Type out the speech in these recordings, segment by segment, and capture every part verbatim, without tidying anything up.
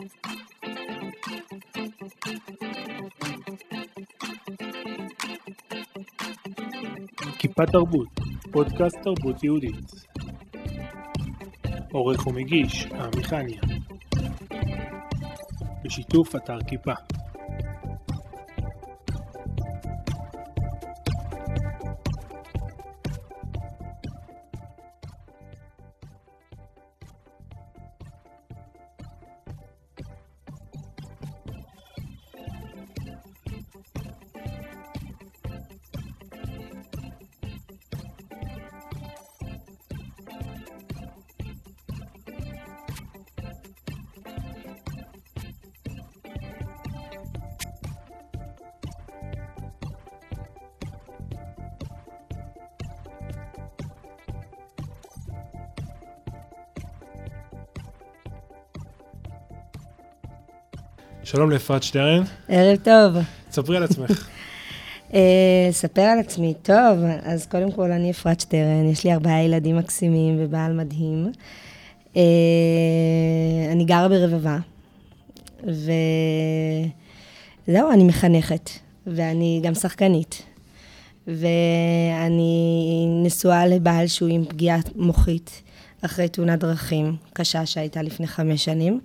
כיפה תרבות, פודקאסט תרבות יהודית. עורך ומגיש, עמיחניה. בשיתוף אתר כיפה. שלום לאפרת שטרן. ערב טוב. ספרי על עצמך. ספר על עצמי, טוב. אז קודם כל אני אפרת שטרן, יש לי ארבעה ילדים מקסימים ובעל מדהים. אני גרה ברבבה, וזהו, אני מחנכת, ואני גם שחקנית. ואני נשואה לבעל שהוא עם פגיעה מוחית, אחרי תאונת דרכים קשה שהייתה לפני חמש שנים.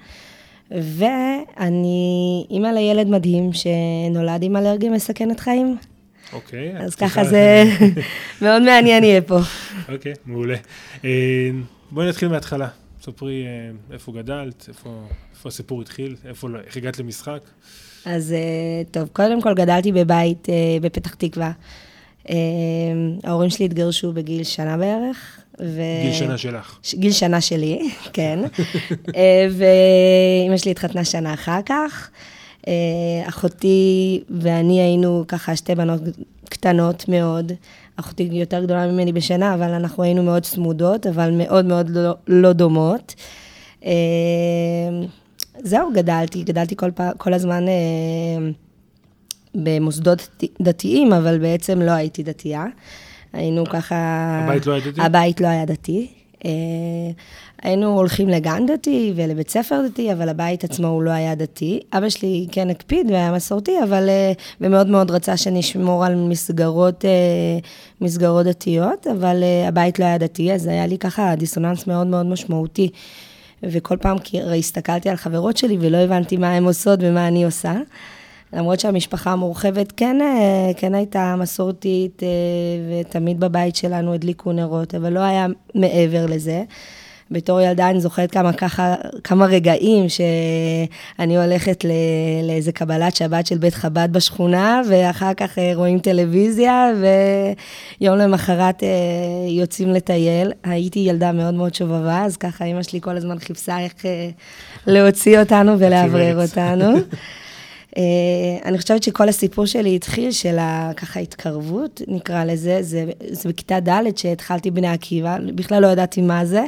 ואני אימא לילד מדהים שנולד עם אלרגיה מסכנת חיים. אוקיי. אז ככה זה מאוד מעניין יהיה פה. אוקיי, מעולה. בואי נתחיל מההתחלה. ספרי איפה גדלת, איפה הסיפור התחיל, איך הגעת למשחק. אז טוב, קודם כל גדלתי בבית בפתח תקווה. ההורים שלי התגרשו בגיל שנה בערך. ו... גיל שנה שלך. גיל שנה שלי, כן. ואמא שלי התחתנה שנה אחר כך. אחותי ואני היינו ככה שתי בנות קטנות מאוד. אחותי יותר גדולה ממני בשנה, אבל אנחנו היינו מאוד צמודות, אבל מאוד מאוד לא, לא דומות. זהו, גדלתי, גדלתי כל, פע... כל הזמן במוסדות דתיים, אבל בעצם לא הייתי דתייה. היינו ככה... הבית לא היה דתי? הבית לא היה דתי. היינו הולכים לגן דתי ולבית ספר דתי, אבל הבית עצמו הוא לא היה דתי. אבא שלי כן הקפיד והיה מסורתי, אבל ומאוד מאוד רצה שנשמור על מסגרות, מסגרות דתיות, אבל הבית לא היה דתי, אז היה לי ככה דיסוננס מאוד מאוד משמעותי. וכל פעם הסתכלתי על חברות שלי ולא הבנתי מה הן עושות ומה אני עושה. למרות שהמשפחה המורחבת כן, כן הייתה מסורתית, ותמיד בבית שלנו הדליקו נרות, אבל לא היה מעבר לזה. בתור ילדה אני זוכרת כמה, ככה, כמה רגעים שאני הולכת לאיזה קבלת שבת של בית חב"ד בשכונה, ואחר כך רואים טלוויזיה, ויום למחרת יוצאים לטייל. הייתי ילדה מאוד מאוד שובבה, אז ככה אמא שלי כל הזמן חיפשה איך להוציא אותנו ולעברר אותנו. אני חושבת שכל הסיפור שלי התחיל של ככה התקרבות, נקרא לזה, זה, זה בכיתה ד' שהתחלתי בני עקיבא, בכלל לא ידעתי מה זה.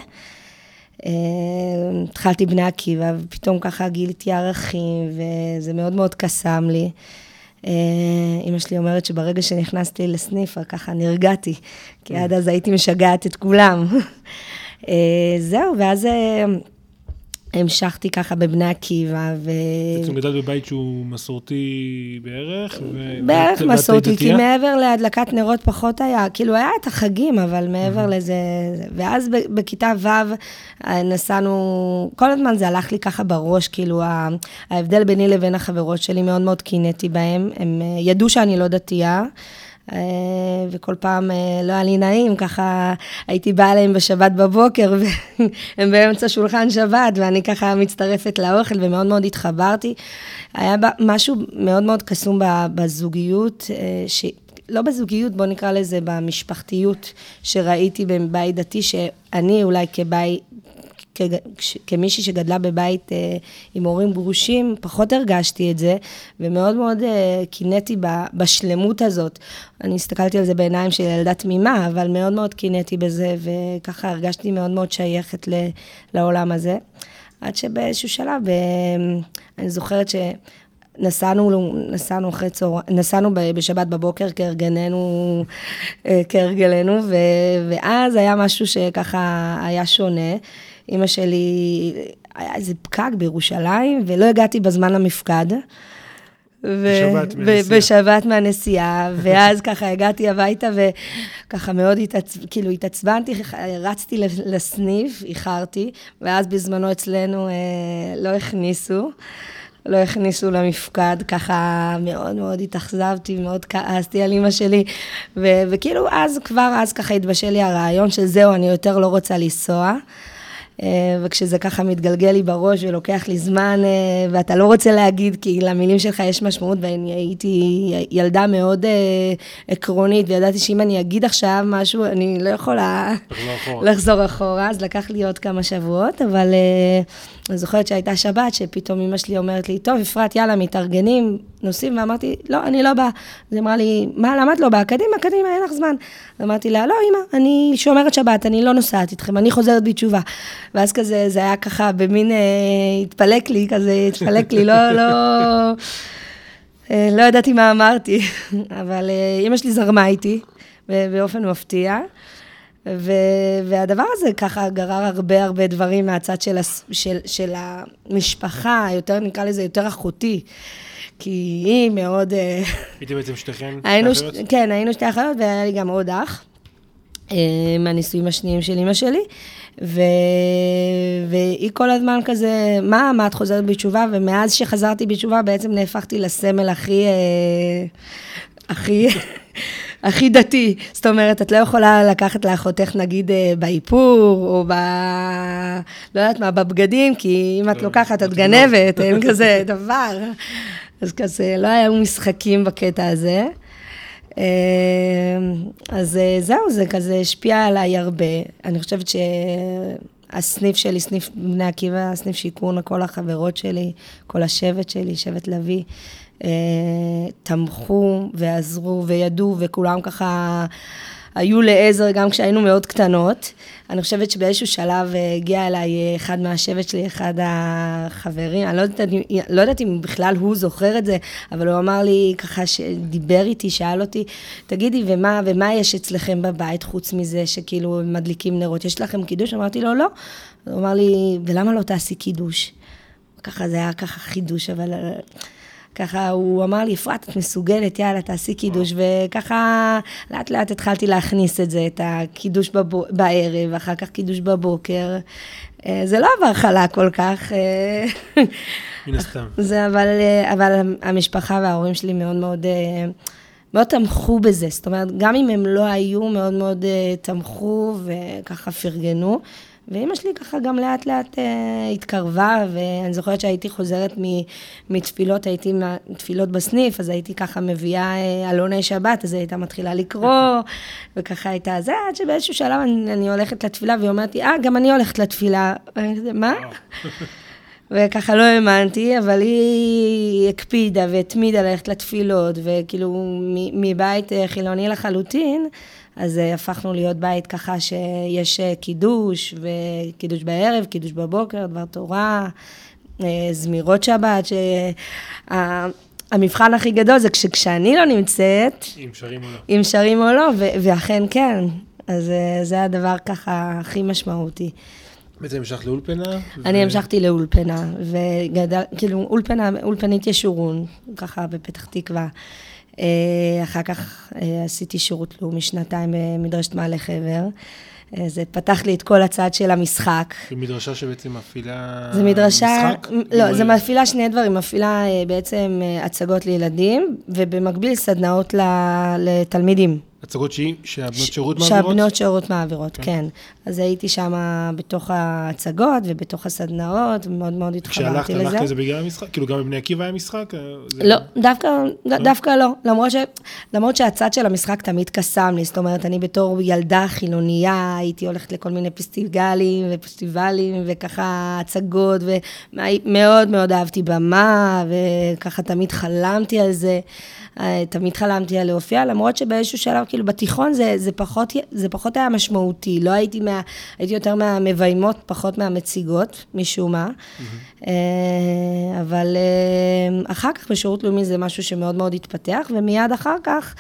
התחלתי בני עקיבא, ופתאום ככה גיליתי ערכים, וזה מאוד מאוד קסם לי. אמא שלי אומרת שברגע שנכנסתי לסניף, ככה נרגעתי, כי עד אז הייתי משגעת את כולם. זהו, ואז... המשכתי ככה בבני עקיבא, ו... בעצם גדלת בבית שהוא מסורתי בערך? בערך מסורתי, כי מעבר להדלקת נרות פחות היה, כאילו היה את החגים, אבל מעבר לזה, ואז בכיתה ו' נסענו, כל הזמן זה הלך לי ככה בראש, כאילו ההבדל ביני לבין החברות שלי מאוד מאוד קינאתי בהם, הם ידעו שאני לא דתייה, וכל פעם לא היה לי נעים, ככה הייתי באה להם בשבת בבוקר, והם באמצע שולחן שבת, ואני ככה מצטרפת לאוכל, ומאוד מאוד התחברתי. היה משהו מאוד מאוד קסום בזוגיות, לא בזוגיות, בוא נקרא לזה, במשפחתיות שראיתי בבית דתי, שאני אולי כבית, כמישהי שגדלה בבית עם הורים גרושים, פחות הרגשתי את זה, ומאוד מאוד קינאתי בשלמות הזאת. אני הסתכלתי על זה בעיניים של ילדה תמימה, אבל מאוד מאוד קינאתי בזה, וככה הרגשתי מאוד מאוד שייכת לעולם הזה. עד שבאיזשהו שלב, אני זוכרת ש... נסענו, נסענו אחרי צהר, נסענו בשבת בבוקר כהרגלנו, כהרגלנו, ואז היה משהו שככה היה שונה. אמא שלי היה איזה פקק בירושלים, ולא הגעתי בזמן למפקד. בשבת מהנסיעה. בשבת מהנסיעה, ואז ככה הגעתי הביתה, וככה מאוד כאילו התעצבנתי, רצתי לסניף, איחרתי, ואז בזמנו אצלנו לא הכניסו, לא הכניסו למפקד, ככה מאוד מאוד התאכזבתי, מאוד כעסתי על אמא שלי, ו- וכאילו אז, כבר אז ככה התבשל לי הרעיון שזהו, אני יותר לא רוצה לנסוע, וכשזה ככה מתגלגל לי בראש ולוקח לי זמן, ואתה לא רוצה להגיד, כי למילים שלך יש משמעות, ואני הייתי ילדה מאוד עקרונית, וידעתי שאם אני אגיד עכשיו משהו, אני לא יכולה לחזור אחורה, אז לקח לי עוד כמה שבועות, אבל אני זוכרת שהייתה שבת, שפתאום אמא שלי אומרת לי, טוב, אפרת, יאללה, מתארגנים, נוסעים, ואמרתי, לא, אני לא באה. אז אמרה לי, מה, למה את לא באה? קדימה, קדימה, אין לך זמן. אמרתי לה, לא, אמא, אני שומרת שבת, אני לא נוסעת איתכם, אני חוזרת בתשובה. ואז כזה, זה היה ככה, במין, אה, התפלק לי, כזה, התפלק לי, לא, לא, אה, לא ידעתי מה אמרתי, אבל אה, אמא שלי זרמה איתי, באופן מפתיע. ו- והדבר הזה ככה גרר הרבה הרבה דברים מהצד של, של, של המשפחה, יותר נקרא לזה יותר אחותי, כי היא מאוד... הייתי בעצם שתיכן? היינו, ש... כן, היינו שתי אחיות, והיה לי גם עוד אח, מהנישואים השניים של אמא שלי, ו... והיא כל הזמן כזה, מה, מה את חוזרת בתשובה? ומאז שחזרתי בתשובה, בעצם נהפכתי לסמל הכי... הכי... הכי דתי, זאת אומרת, את לא יכולה לקחת לאחותך, נגיד, באיפור, או ב... לא יודעת מה, בבגדים, כי אם את לוקחת, את גנבת, אין כזה דבר. אז כזה, לא היו משחקים בקטע הזה. אז זהו, זה כזה השפיע עליי הרבה. אני חושבת שהסניף שלי, סניף בני עקיבא, הסניף שיקון, כל החברות שלי, כל השבט שלי, שבט לוי, תמכו ועזרו וידעו, וכולם ככה היו לעזר גם כשהיינו מאוד קטנות. אני חושבת שבאיזשהו שלב הגיע אליי אחד מהשבט שלי, אחד החברים, אני לא יודעת, לא יודעת אם בכלל הוא זוכר את זה, אבל הוא אמר לי ככה שדיבר איתי, שאל אותי, תגידי, ומה, ומה יש אצלכם בבית חוץ מזה שכאילו מדליקים נרות? יש לכם קידוש? אמרתי לו, לא. הוא אמר לי, ולמה לא תעשי קידוש? ככה זה היה ככה חידוש, אבל... ככה הוא אמר לי, אפרת, את מסוגלת, יאללה, תעשי קידוש, וככה לאט לאט התחלתי להכניס את זה, את הקידוש בב... בערב, אחר כך קידוש בבוקר. זה לא עבר חלק כל כך. מן הסתם. זה, אבל, אבל המשפחה וההורים שלי מאוד מאוד, מאוד תמכו בזה, זאת אומרת, גם אם הם לא היו, מאוד מאוד תמכו וככה פרגנו, ואמא שלי ככה גם לאט לאט אה, התקרבה, ואני זוכרת שהייתי חוזרת מתפילות, הייתי מתפילות בסניף, אז הייתי ככה מביאה אה, אלוני שבת, אז הייתה מתחילה לקרוא, וככה הייתה זה, עד שבאיזשהו שלב אני, אני הולכת לתפילה, והיא אומרת לי, אה, גם אני הולכת לתפילה. ואני כזה, מה? וככה לא האמנתי, אבל היא הקפידה והתמידה ללכת לתפילות, וכאילו מבית חילוני לחלוטין, אז הפכנו להיות בית ככה שיש קידוש, וקידוש בערב, קידוש בבוקר, דבר תורה, זמירות שבת, שהמבחן הכי גדול זה כשאני לא נמצאת, אם שרים או לא. אם שרים או לא, ואכן כן. אז זה הדבר ככה הכי משמעותי. בעצם המשכת לאולפנה? אני המשכתי לאולפנה, וגדל, כאילו אולפנה, אולפנית ישורון, ככה בפתח תקווה. אחר כך עשיתי שירות לאומי שנתיים במדרשת מעלה חבר. זה פתח לי את כל הצד של המשחק. זו מדרשה שבעצם מפעילה זה מדרשה, משחק? לא, זה מפעילה שני דברים, מפעילה בעצם הצגות לילדים, ובמקביל סדנאות לתלמידים. הצגות שהבנות שירות מעבירות? שהבנות שירות מעבירות, כן. אז הייתי שם בתוך ההצגות ובתוך הסדנאות, ומאוד מאוד התחברתי לזה. כשהלכת, הלכת לזה בגלל המשחק? כאילו גם בבני עקיבא היה משחק? לא, דווקא לא. למרות שהצד של המשחק תמיד קסם לי, זאת אומרת, אני בתור ילדה חילוניה, הייתי הולכת לכל מיני פסטיגלים ופסטיבלים, וככה הצגות, ומאוד מאוד אהבתי במה, וככה תמיד חלמתי על זה. תמיד חלמתי על להופיע, למרות שבאיזשהו שלב, כאילו בתיכון זה, זה פחות, זה פחות היה משמעותי, לא הייתי מה, הייתי יותר מהמביימות, פחות מהמציגות, משום מה, mm-hmm. אבל אחר כך בשירות לאומי זה משהו שמאוד מאוד התפתח, ומיד אחר כך,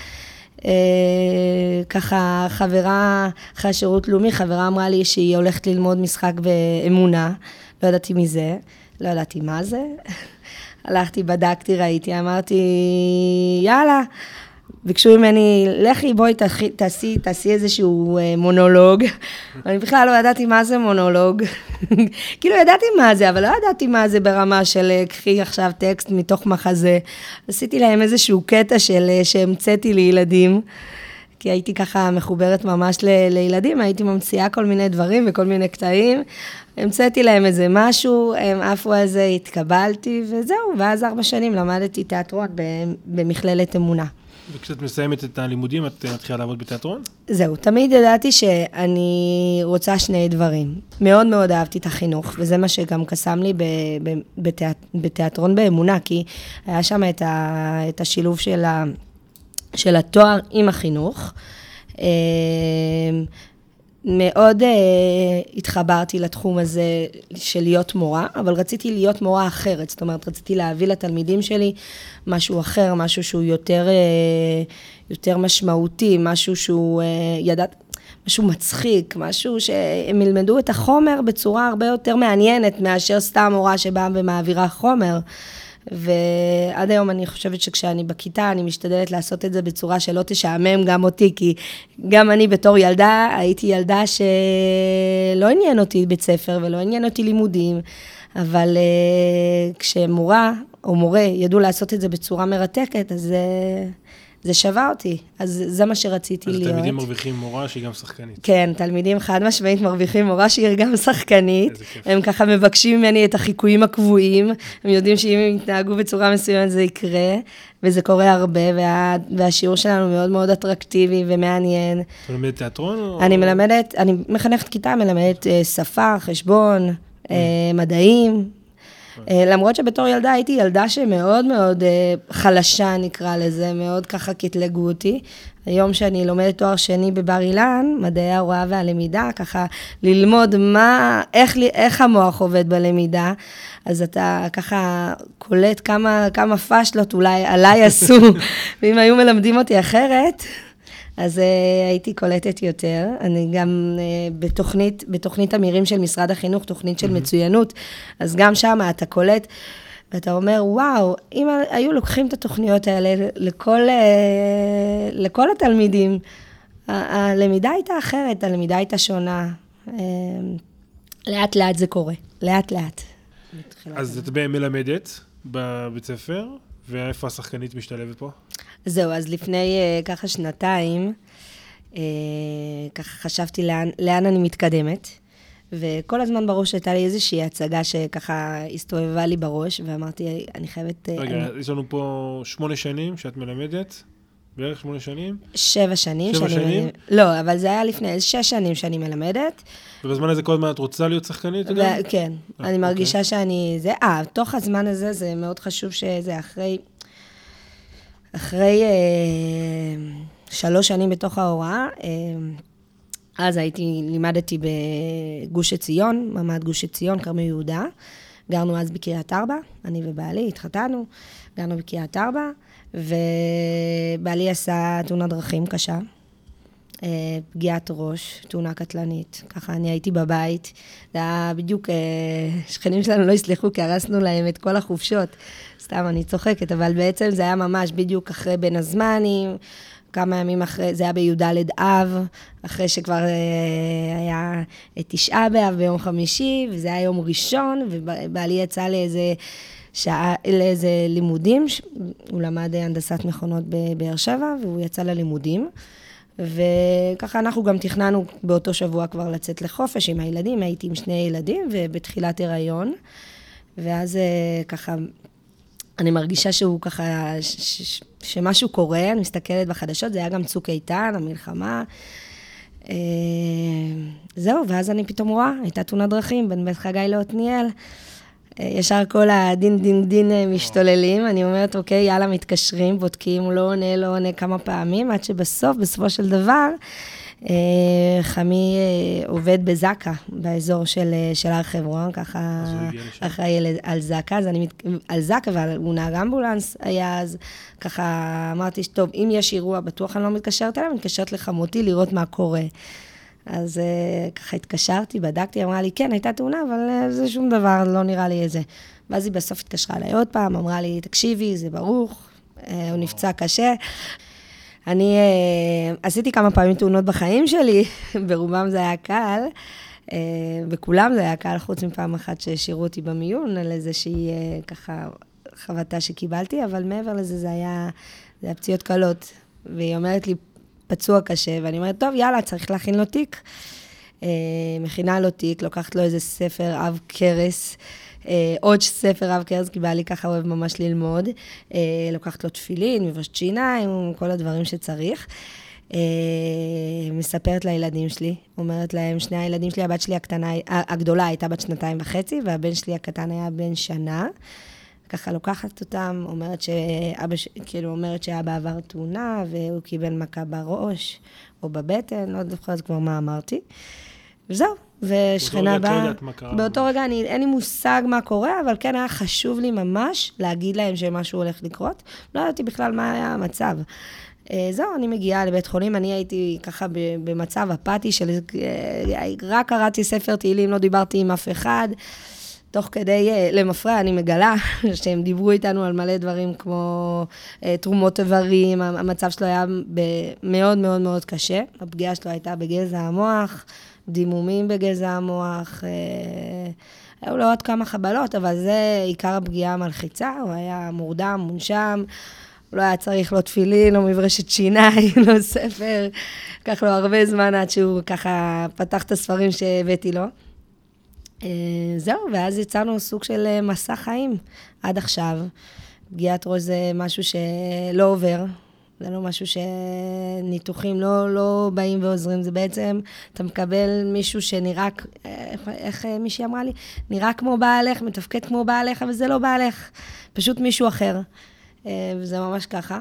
ככה חברה, אחרי השירות לאומי, חברה אמרה לי שהיא הולכת ללמוד משחק באמונה, לא ידעתי מי זה, לא ידעתי מה זה. הלכתי, בדקתי, ראיתי, אמרתי, יאללה, ביקשו ממני, לכי, בואי תעשי, תעשי איזשהו מונולוג. אני בכלל לא ידעתי מה זה מונולוג. כאילו ידעתי מה זה, אבל לא ידעתי מה זה ברמה של קחי עכשיו טקסט מתוך מחזה. עשיתי להם איזשהו קטע של שהמצאתי לילדים, כי הייתי ככה מחוברת ממש ל- לילדים, הייתי ממציאה כל מיני דברים וכל מיני קטעים. המצאתי להם איזה משהו, הם עפו על זה, התקבלתי, וזהו. ואז ארבע שנים למדתי תיאטרון במכללת אמונה. וכשאת מסיימת את הלימודים, את מתחילה לעבוד בתיאטרון? זהו, תמיד ידעתי שאני רוצה שני דברים. מאוד מאוד אהבתי את החינוך, וזה מה שגם קסם לי בתיאט... בתיאטרון באמונה, כי היה שם את, ה... את השילוב של, ה... של התואר עם החינוך. מאוד uh, התחברתי לתחום הזה של להיות מורה, אבל רציתי להיות מורה אחרת, זאת אומרת, רציתי להביא לתלמידים שלי משהו אחר, משהו שהוא יותר, uh, יותר משמעותי, משהו שהוא uh, ידעת, משהו מצחיק, משהו שהם ילמדו את החומר בצורה הרבה יותר מעניינת, מאשר סתם מורה שבאה ומעבירה חומר. ועד היום אני חושבת שכשאני בכיתה, אני משתדלת לעשות את זה בצורה שלא תשעמם גם אותי, כי גם אני בתור ילדה, הייתי ילדה שלא עניין אותי בית ספר, ולא עניין אותי לימודים, אבל uh, כשמורה או מורה ידעו לעשות את זה בצורה מרתקת, אז uh, זה שווה אותי. אז זה מה שרציתי אז להיות. אז תלמידים מרוויחים מורה שהיא גם שחקנית. כן, תלמידים חד משמעית מרוויחים מורה שהיא גם שחקנית. הם ככה מבקשים ממני את החיקויים הקבועים. הם יודעים שאם הם יתנהגו בצורה מסוימת זה יקרה, וזה קורה הרבה, וה... והשיעור שלנו מאוד מאוד אטרקטיבי ומעניין. אתה מלמדת תיאטרון? או... אני מלמדת, אני מחנכת כיתה, מלמדת שפה, חשבון, מדעים. למרות שבתור ילדה הייתי ילדה שמאוד מאוד חלשה נקרא לזה, מאוד ככה קטלגו אותי. היום שאני לומדת תואר שני בבר אילן, מדעי ההוראה והלמידה, ככה ללמוד מה, איך, איך המוח עובד בלמידה, אז אתה ככה קולט כמה, כמה פשלות אולי עליי עשו, ואם היו מלמדים אותי אחרת, אז uh, הייתי קולטת יותר. אני גם uh, בתוכנית, בתוכנית אמירים של משרד החינוך, תוכנית של מצוינות, אז גם שם אתה קולט, ואתה אומר, וואו, אם היו לוקחים את התוכניות האלה לכל, uh, לכל התלמידים, הלמידה הייתה אחרת, הלמידה הייתה שונה. Uh, לאט לאט זה קורה, לאט לאט. אז את מלמדת בבית ספר, ואיפה השחקנית משתלבת פה? זהו, אז לפני uh, ככה שנתיים, uh, ככה חשבתי לאן, לאן אני מתקדמת, וכל הזמן בראש הייתה לי איזושהי הצגה שככה הסתובבה לי בראש, ואמרתי, אני חייבת... רגע, אני... יש לנו פה שמונה שנים שאת מלמדת, בערך שמונה שנים? שבע שנים. שבע שאני שנים? מלמד... לא, אבל זה היה לפני שש שנים שאני מלמדת. ובזמן הזה כל הזמן את רוצה להיות שחקנית? ו... כן, 아, אני מרגישה אוקיי. שאני... זה... אה, תוך הזמן הזה זה מאוד חשוב שזה אחרי... אחרי אה, שלוש שנים בתוך ההוראה, אה, אז הייתי, לימדתי בגוש עציון, ממד גוש עציון, כרמי יהודה. גרנו אז בקריית ארבע, אני ובעלי, התחתנו, גרנו בקריית ארבע, ובעלי עשה תאונת דרכים קשה, אה, פגיעת ראש, תאונה קטלנית. ככה אני הייתי בבית, זה היה בדיוק, אה, שכנים שלנו לא יסלחו, כי הרסנו להם את כל החופשות. סתם, אני צוחקת, אבל בעצם זה היה ממש בדיוק אחרי בין הזמנים, כמה ימים אחרי, זה היה בי"ד אב, אחרי שכבר אה, היה את תשעה באב ביום חמישי, וזה היה יום ראשון, ובעלי יצא לאיזה שעה, לאיזה לימודים, הוא למד הנדסת מכונות בבאר שבע, והוא יצא ללימודים, וככה אנחנו גם תכננו באותו שבוע כבר לצאת לחופש עם הילדים, הייתי עם שני ילדים, ובתחילת הריון, ואז אה, ככה... אני מרגישה שהוא ככה, ש- ש- שמשהו קורה, אני מסתכלת בחדשות, זה היה גם צוק איתן, המלחמה. אה, זהו, ואז אני פתאום רואה, הייתה תאונת דרכים בין בית חגי לעתניאל. אה, ישר כל הדין דין דין משתוללים, אני אומרת, אוקיי, יאללה, מתקשרים, בודקים, הוא לא עונה, לא עונה כמה פעמים, עד שבסוף, בסופו של דבר, חמי עובד בזקה, באזור של, של הר חברון, ככה אחראי על זקה, אז אני, על זקה, והוא נהג אמבולנס היה אז, ככה אמרתי, טוב, אם יש אירוע, בטוח אני לא מתקשרת אליו, אני מתקשרת לחמותי לראות מה קורה. אז ככה התקשרתי, בדקתי, אמרה לי, כן, הייתה תאונה, אבל זה שום דבר, לא נראה לי איזה. ואז היא בסוף התקשרה אליי עוד פעם, אמרה לי, תקשיבי, זה ברוך, הוא נפצע קשה. אני עשיתי כמה פעמים תאונות בחיים שלי, ברובם זה היה קל, וכולם זה היה קל, חוץ מפעם אחת שהשאירו אותי במיון, על איזושהי ככה חוותה שקיבלתי, אבל מעבר לזה זה היה, זה היה פציעות קלות, והיא אומרת לי, פצוע קשה, ואני אומרת, טוב, יאללה, צריך להכין לו תיק. מכינה לו תיק, לוקחת לו איזה ספר אב קרס, עוד ספר אב קרס, כי בא לי ככה אוהב ממש ללמוד. לוקחת לו תפילין, מברשת שיניים, כל הדברים שצריך. מספרת לילדים שלי, אומרת להם, שני הילדים שלי, הבת שלי הקטנה, הגדולה הייתה בת שנתיים וחצי, והבן שלי הקטן היה בן שנה. ככה לוקחת אותם, אומרת שאבא, כאילו אומרת שאבא עבר תאונה, והוא קיבל מכה בראש, או בבטן, לא זוכרת כבר מה אמרתי. וזהו, ושכנה באה, באותו רגע אני, אין לי מושג מה קורה, אבל כן היה חשוב לי ממש להגיד להם שמשהו הולך לקרות. לא ידעתי בכלל מה היה המצב. זהו, אני מגיעה לבית חולים, אני הייתי ככה במצב אפתי של, רק קראתי ספר תהילים, לא דיברתי עם אף אחד, תוך כדי למפרע, אני מגלה שהם דיברו איתנו על מלא דברים כמו תרומות איברים, המצב שלו היה מאוד מאוד מאוד קשה, הפגיעה שלו הייתה בגזע המוח, דימומים בגזע המוח, היו לו עוד כמה חבלות, אבל זה עיקר הפגיעה המלחיצה, הוא היה מורדם, מונשם, לא היה צריך לו תפילין, או מברשת שיניים, לא ספר, לקח לו הרבה זמן עד שהוא ככה פתח את הספרים שהבאתי לו. זהו, ואז יצאנו סוג של מסע חיים עד עכשיו. פגיעת ראש זה משהו שלא עובר, זה לא משהו שניתוחים לא, לא באים ועוזרים, זה בעצם, אתה מקבל מישהו שנראה, איך, איך מישהי אמרה לי, נראה כמו בעלך, מתפקד כמו בעלך, אבל זה לא בעלך, פשוט מישהו אחר. וזה ממש ככה.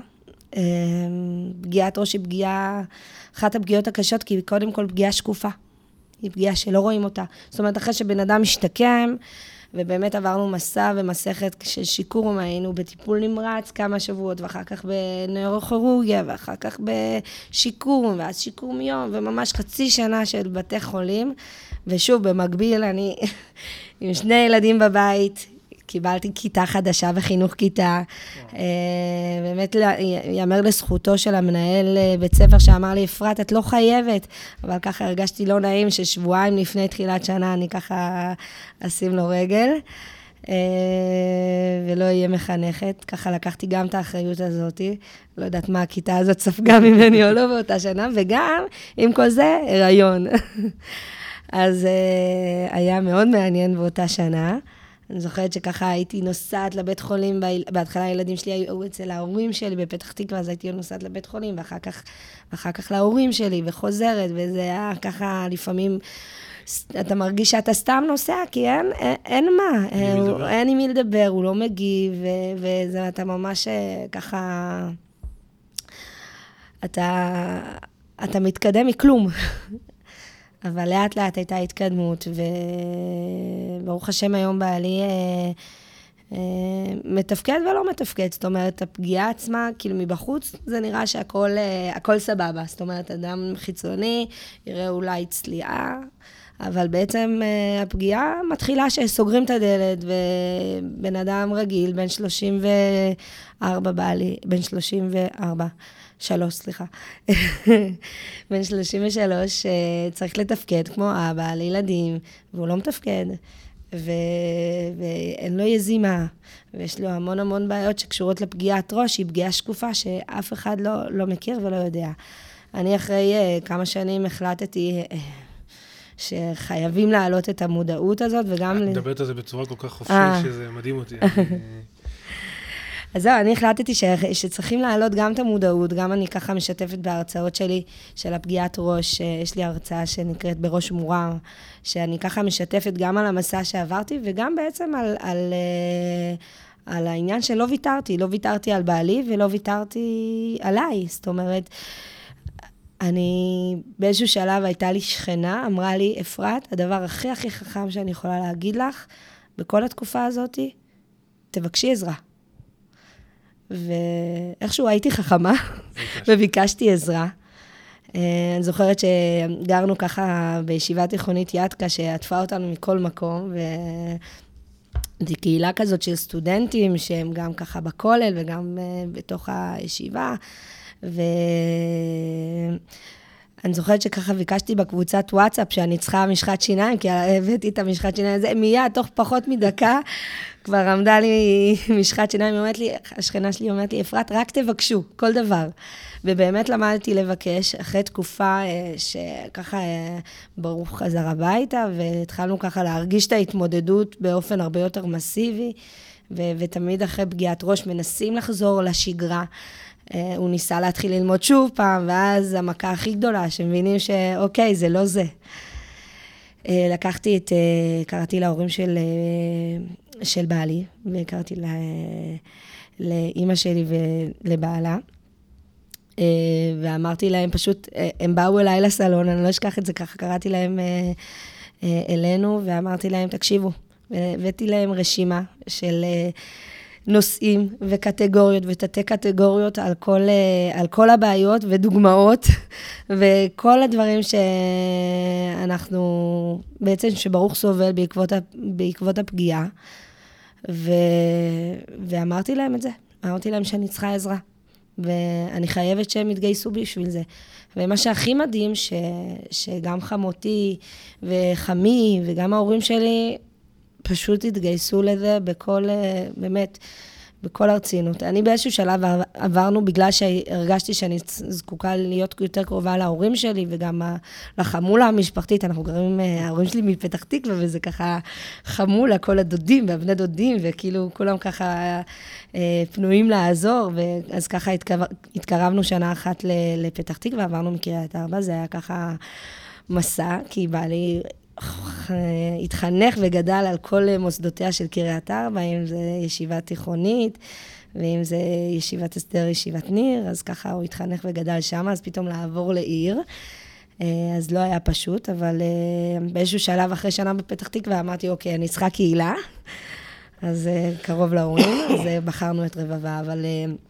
פגיעת ראש היא פגיעה, אחת הפגיעות הקשות, כי קודם כל פגיעה שקופה. היא פגיעה שלא רואים אותה. זאת אומרת, אחרי שבן אדם משתקם, ובאמת עברנו מסע ומסכת של שיקום, היינו בטיפול נמרץ כמה שבועות, ואחר כך בנוירוכירורגיה, ואחר כך בשיקום, ואז שיקום יום, וממש חצי שנה של בתי חולים, ושוב, במקביל, אני עם שני ילדים בבית, קיבלתי כיתה חדשה בחינוך כיתה, באמת יאמר לזכותו של המנהל בית ספר שאמר לי, אפרת, את לא חייבת, אבל ככה הרגשתי לא נעים ששבועיים לפני תחילת שנה אני ככה אשים לו רגל, ולא יהיה מחנכת, ככה לקחתי גם את האחריות הזאת, לא יודעת מה הכיתה הזאת ספגה ממני או לא באותה שנה, וגם עם כל זה הריון. אז היה מאוד מעניין באותה שנה, אני זוכרת שככה הייתי נוסעת לבית חולים, בהתחלה הילדים שלי היו אצל ההורים שלי בפתח תקווה, אז הייתי נוסעת לבית חולים, ואחר כך, ואחר כך להורים שלי, וחוזרת, וזה היה ככה לפעמים, אתה מרגיש שאתה סתם נוסע, כי אין, אין, אין מה, הוא, אין עם מי לדבר, הוא לא מגיב, וזה, אתה ממש ככה, אתה, אתה מתקדם מכלום. אבל לאט לאט הייתה התקדמות, וברוך השם היום בעלי אה, אה, מתפקד ולא מתפקד. זאת אומרת, הפגיעה עצמה, כאילו מבחוץ, זה נראה שהכל אה, הכל סבבה. זאת אומרת, אדם חיצוני יראה אולי צליעה, אבל בעצם אה, הפגיעה מתחילה שסוגרים את הדלת, ובן אדם רגיל, בן שלושים וארבע בעלי, בן שלושים וארבע. שלוש, סליחה. בן שלושים ושלוש צריך לתפקד כמו אבא לילדים, והוא לא מתפקד, ו... ואין לו יזימה, ויש לו המון המון בעיות שקשורות לפגיעת ראש, היא פגיעה שקופה שאף אחד לא, לא מכיר ולא יודע. אני אחרי כמה שנים החלטתי שחייבים להעלות את המודעות הזאת, וגם... את מדברת על זה בצורה כל כך חופשית, שזה מדהים אותי. אז זהו, אני החלטתי ש... שצריכים להעלות גם את המודעות, גם אני ככה משתפת בהרצאות שלי, של הפגיעת ראש, יש לי הרצאה שנקראת בראש מורם, שאני ככה משתפת גם על המסע שעברתי, וגם בעצם על, על, על העניין שלא ויתרתי, לא ויתרתי על בעלי, ולא ויתרתי עליי, זאת אומרת, אני באיזשהו שלב הייתה לי שכנה, אמרה לי, אפרת, הדבר הכי הכי חכם שאני יכולה להגיד לך, בכל התקופה הזאת, תבקשי עזרה. ואיכשהו הייתי חכמה, וביקשתי עזרה. אני זוכרת שגרנו ככה בישיבה תיכונית יתקה, שעטפה אותנו מכל מקום, וזו קהילה כזאת של סטודנטים, שהם גם ככה בכולל וגם בתוך הישיבה, ו... אני זוכרת שככה ביקשתי בקבוצת וואטסאפ שאני צריכה משחת שיניים, כי הבאתי את המשחת שיניים הזה, מיד, תוך פחות מדקה, כבר עמדה לי משחת שיניים, היא אומרת לי, השכנה שלי אומרת לי, אפרת, רק תבקשו, כל דבר. ובאמת למדתי לבקש, אחרי תקופה שככה ברוך חזר הביתה, והתחלנו ככה להרגיש את ההתמודדות באופן הרבה יותר מסיבי, ו- ותמיד אחרי פגיעת ראש מנסים לחזור לשגרה, הוא ניסה להתחיל ללמוד שוב פעם, ואז המכה הכי גדולה, שמבינים שאוקיי, זה לא זה. לקחתי את, קראתי להורים של, של בעלי, וקראתי לה, לאמא שלי ולבעלה, ואמרתי להם פשוט, הם באו אליי לסלון, אני לא אשכח את זה ככה, קראתי להם אלינו, ואמרתי להם, תקשיבו, והבאתי להם רשימה של נושאים וקטגוריות ותתי קטגוריות על כל, על כל הבעיות ודוגמאות, וכל הדברים שאנחנו, בעצם שברוך סובל בעקבות, בעקבות הפגיעה, ו, ואמרתי להם את זה, אמרתי להם שאני צריכה עזרה, ואני חייבת שהם יתגייסו בשביל זה. ומה שהכי מדהים, ש, שגם חמותי וחמי וגם ההורים שלי, פשוט התגייסו לזה בכל, באמת, בכל הרצינות. אני באיזשהו שלב עברנו, בגלל שהרגשתי שאני זקוקה להיות יותר קרובה להורים שלי, וגם לחמולה המשפחתית, אנחנו גרים, ההורים שלי מפתח תקווה, וזה ככה חמולה, כל הדודים והבני דודים, וכאילו כולם ככה פנויים לעזור, ואז ככה התקרבנו שנה אחת לפתח תקווה, עברנו מקריית ארבע, זה היה ככה מסע, כי בעלי התחנך וגדל על כל מוסדותיה של קריית ארבע, אם זה ישיבה תיכונית, ואם זה ישיבת הסדר, ישיבת ניר, אז ככה הוא התחנך וגדל שם, אז פתאום לעבור לעיר, אז לא היה פשוט, אבל באיזשהו שלב אחרי שנה בפתח תקווה, אמרתי, אוקיי, אני צריכה קהילה, אז קרוב להורים, אז בחרנו את רבבה, אבל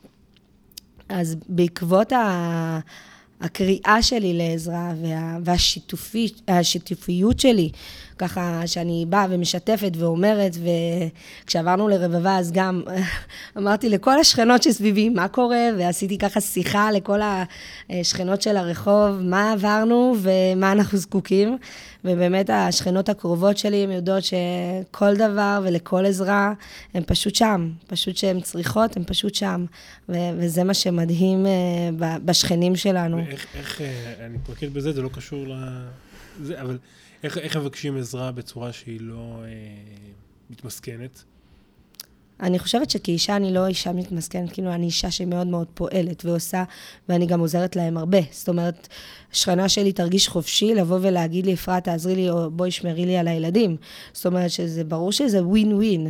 אז בעקבות ה... הקריאה שלי לעזרה וה, והשיתופיות, השיתופיות שלי, ככה שאני באה ומשתפת ואומרת, וכשעברנו לרבבה אז גם אמרתי לכל השכנות שסביבי מה קורה, ועשיתי ככה שיחה לכל השכנות של הרחוב, מה עברנו ומה אנחנו זקוקים, ובאמת השכנות הקרובות שלי, הן יודעות שכל דבר ולכל עזרה, הן פשוט שם, פשוט שהן צריכות, הן פשוט שם, ו- וזה מה שמדהים בשכנים שלנו. ואיך, איך, אני מתמקד בזה, זה לא קשור ל... זה, אבל איך, איך מבקשים עזרה בצורה שהיא לא אה, מתמסכנת? אני חושבת שכאישה אני לא אישה מתמסכנת, כאילו אני אישה שמאוד מאוד פועלת ועושה, ואני גם עוזרת להם הרבה. זאת אומרת, השכנה שלי תרגיש חופשי לבוא ולהגיד לי, אפרת, תעזרי לי, או בואי שמרי לי על הילדים. זאת אומרת שזה ברור שזה ווין ווין.